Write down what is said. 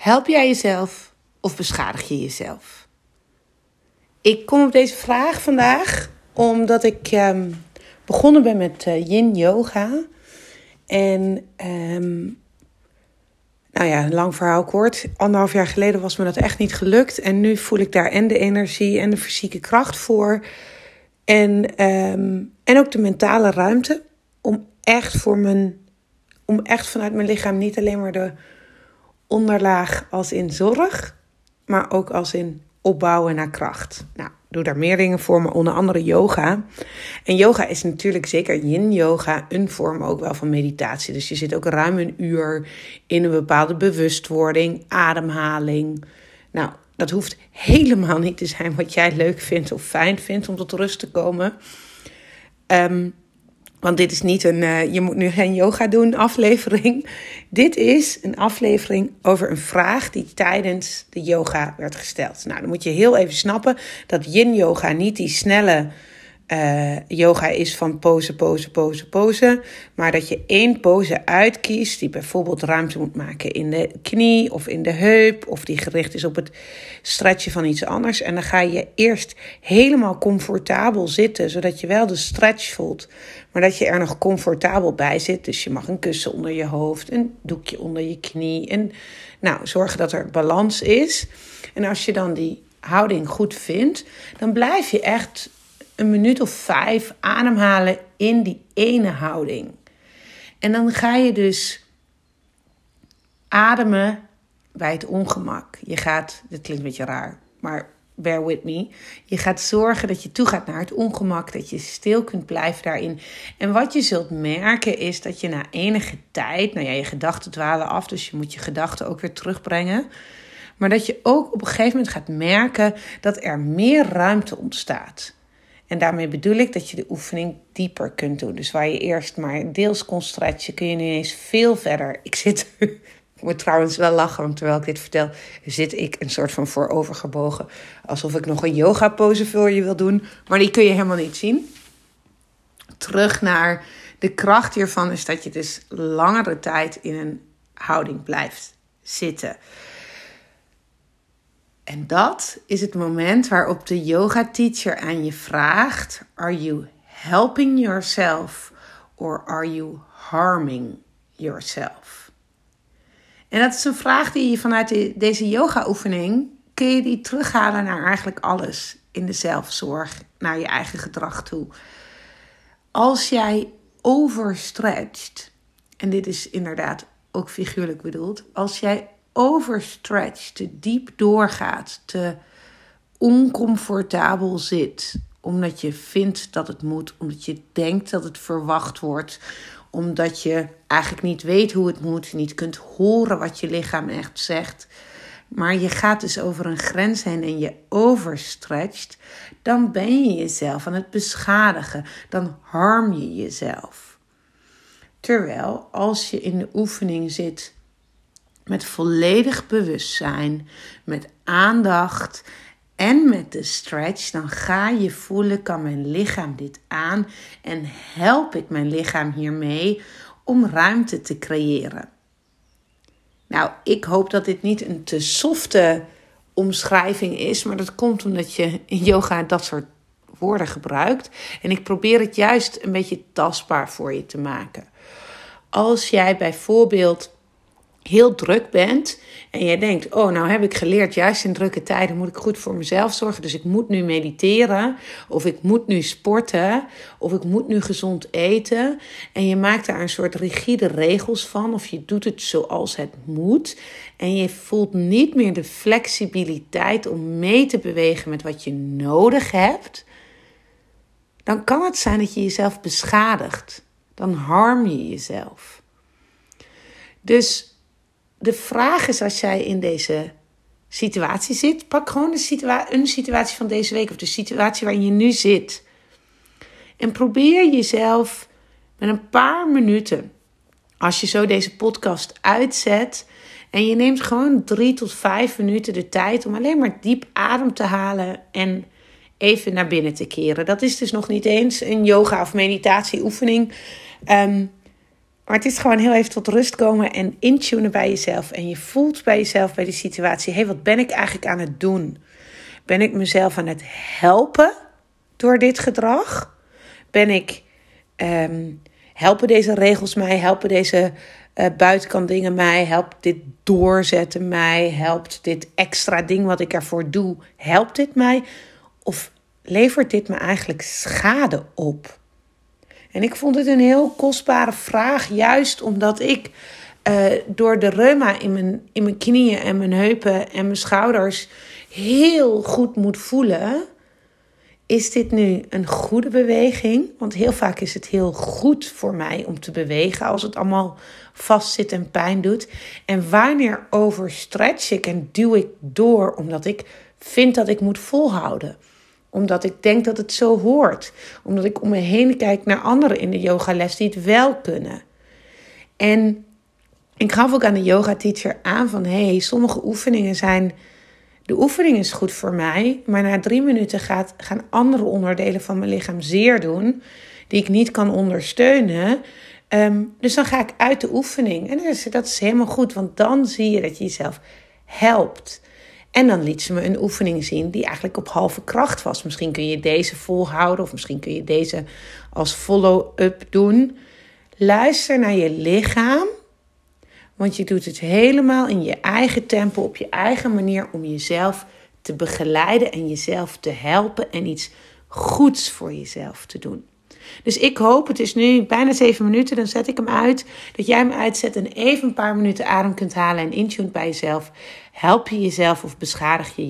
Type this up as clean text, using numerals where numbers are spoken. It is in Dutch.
Help jij jezelf of beschadig je jezelf? Ik kom op deze vraag vandaag omdat ik begonnen ben met yin yoga. En lang verhaal kort. 1,5 jaar geleden was me dat echt niet gelukt. En nu voel ik daar en de energie en de fysieke kracht voor. En ook de mentale ruimte om echt vanuit mijn lichaam niet alleen maar de onderlaag als in zorg, maar ook als in opbouwen naar kracht. Nou, ik doe daar meer dingen voor, maar onder andere yoga. En yoga is natuurlijk zeker yin yoga een vorm ook wel van meditatie. Dus je zit ook ruim 1 uur in een bepaalde bewustwording, ademhaling. Nou, dat hoeft helemaal niet te zijn wat jij leuk vindt of fijn vindt om tot rust te komen. Want dit is niet je moet nu geen yoga doen aflevering. Dit is een aflevering over een vraag die tijdens de yoga werd gesteld. Nou, dan moet je heel even snappen dat yin yoga niet die snelle yoga is van pose. Maar dat je 1 pose uitkiest die bijvoorbeeld ruimte moet maken in de knie of in de heup. Of die gericht is op het stretchen van iets anders. En dan ga je eerst helemaal comfortabel zitten, zodat je wel de stretch voelt. Maar dat je er nog comfortabel bij zit. Dus je mag een kussen onder je hoofd, een doekje onder je knie. En zorgen dat er balans is. En als je dan die houding goed vindt, dan blijf je echt 1 minuut of 5 ademhalen in die ene houding. En dan ga je dus ademen bij het ongemak. Dit klinkt een beetje raar, maar bear with me. Je gaat zorgen dat je toegaat naar het ongemak, dat je stil kunt blijven daarin. En wat je zult merken is dat je na enige tijd, je gedachten dwalen af, dus je moet je gedachten ook weer terugbrengen. Maar dat je ook op een gegeven moment gaat merken dat er meer ruimte ontstaat. En daarmee bedoel ik dat je de oefening dieper kunt doen. Dus waar je eerst maar deels kon stretchen, kun je nu ineens veel verder. Ik moet trouwens wel lachen, want terwijl ik dit vertel, zit ik een soort van voorovergebogen. Alsof ik nog een yoga pose voor je wil doen. Maar die kun je helemaal niet zien. Terug naar de kracht hiervan is dat je dus langere tijd in een houding blijft zitten. En dat is het moment waarop de yoga teacher aan je vraagt: are you helping yourself or are you harming yourself? En dat is een vraag die je vanuit deze yoga oefening kun je die terughalen naar eigenlijk alles in de zelfzorg, naar je eigen gedrag toe. Als jij overstretcht, en dit is inderdaad ook figuurlijk bedoeld, als jij overstretcht, te diep doorgaat, te oncomfortabel zit, omdat je vindt dat het moet, omdat je denkt dat het verwacht wordt, omdat je eigenlijk niet weet hoe het moet, niet kunt horen wat je lichaam echt zegt, maar je gaat dus over een grens heen en je overstretcht, dan ben je jezelf aan het beschadigen, dan harm je jezelf. Terwijl als je in de oefening zit met volledig bewustzijn, met aandacht en met de stretch, dan ga je voelen, kan mijn lichaam dit aan en help ik mijn lichaam hiermee om ruimte te creëren. Nou, ik hoop dat dit niet een te softe omschrijving is, maar dat komt omdat je in yoga dat soort woorden gebruikt. En ik probeer het juist een beetje tastbaar voor je te maken. Als jij bijvoorbeeld heel druk bent en jij denkt, nou heb ik geleerd, juist in drukke tijden moet ik goed voor mezelf zorgen, dus ik moet nu mediteren, of ik moet nu sporten, of ik moet nu gezond eten, en je maakt daar een soort rigide regels van, of je doet het zoals het moet, en je voelt niet meer de flexibiliteit om mee te bewegen met wat je nodig hebt, dan kan het zijn dat je jezelf beschadigt. Dan harm je jezelf. Dus de vraag is, als jij in deze situatie zit, pak gewoon een situatie van deze week of de situatie waarin je nu zit. En probeer jezelf met een paar minuten, als je zo deze podcast uitzet en je neemt gewoon 3 tot 5 minuten de tijd om alleen maar diep adem te halen en even naar binnen te keren. Dat is dus nog niet eens een yoga of meditatieoefening. Maar het is gewoon heel even tot rust komen en intunen bij jezelf. En je voelt bij jezelf, bij die situatie, hé, wat ben ik eigenlijk aan het doen? Ben ik mezelf aan het helpen door dit gedrag? Helpen deze regels mij? Helpen deze buitenkant dingen mij? Helpt dit doorzetten mij? Helpt dit extra ding wat ik ervoor doe? Helpt dit mij? Of levert dit me eigenlijk schade op? En ik vond het een heel kostbare vraag, juist omdat ik door de reuma in mijn knieën en mijn heupen en mijn schouders heel goed moet voelen. Is dit nu een goede beweging? Want heel vaak is het heel goed voor mij om te bewegen als het allemaal vastzit en pijn doet. En wanneer overstretch ik en duw ik door omdat ik vind dat ik moet volhouden? Omdat ik denk dat het zo hoort. Omdat ik om me heen kijk naar anderen in de yogales die het wel kunnen. En ik gaf ook aan de yoga teacher aan van sommige oefeningen zijn... De oefening is goed voor mij, maar na 3 minuten gaan andere onderdelen van mijn lichaam zeer doen, die ik niet kan ondersteunen. Dus dan ga ik uit de oefening. En dat is helemaal goed, want dan zie je dat je jezelf helpt. En dan liet ze me een oefening zien die eigenlijk op halve kracht was. Misschien kun je deze volhouden of misschien kun je deze als follow-up doen. Luister naar je lichaam. Want je doet het helemaal in je eigen tempo, op je eigen manier om jezelf te begeleiden en jezelf te helpen en iets goeds voor jezelf te doen. Dus ik hoop, het is nu bijna 7 minuten, dan zet ik hem uit, dat jij hem uitzet en even een paar minuten adem kunt halen en intuned bij jezelf. Help je jezelf of beschadig je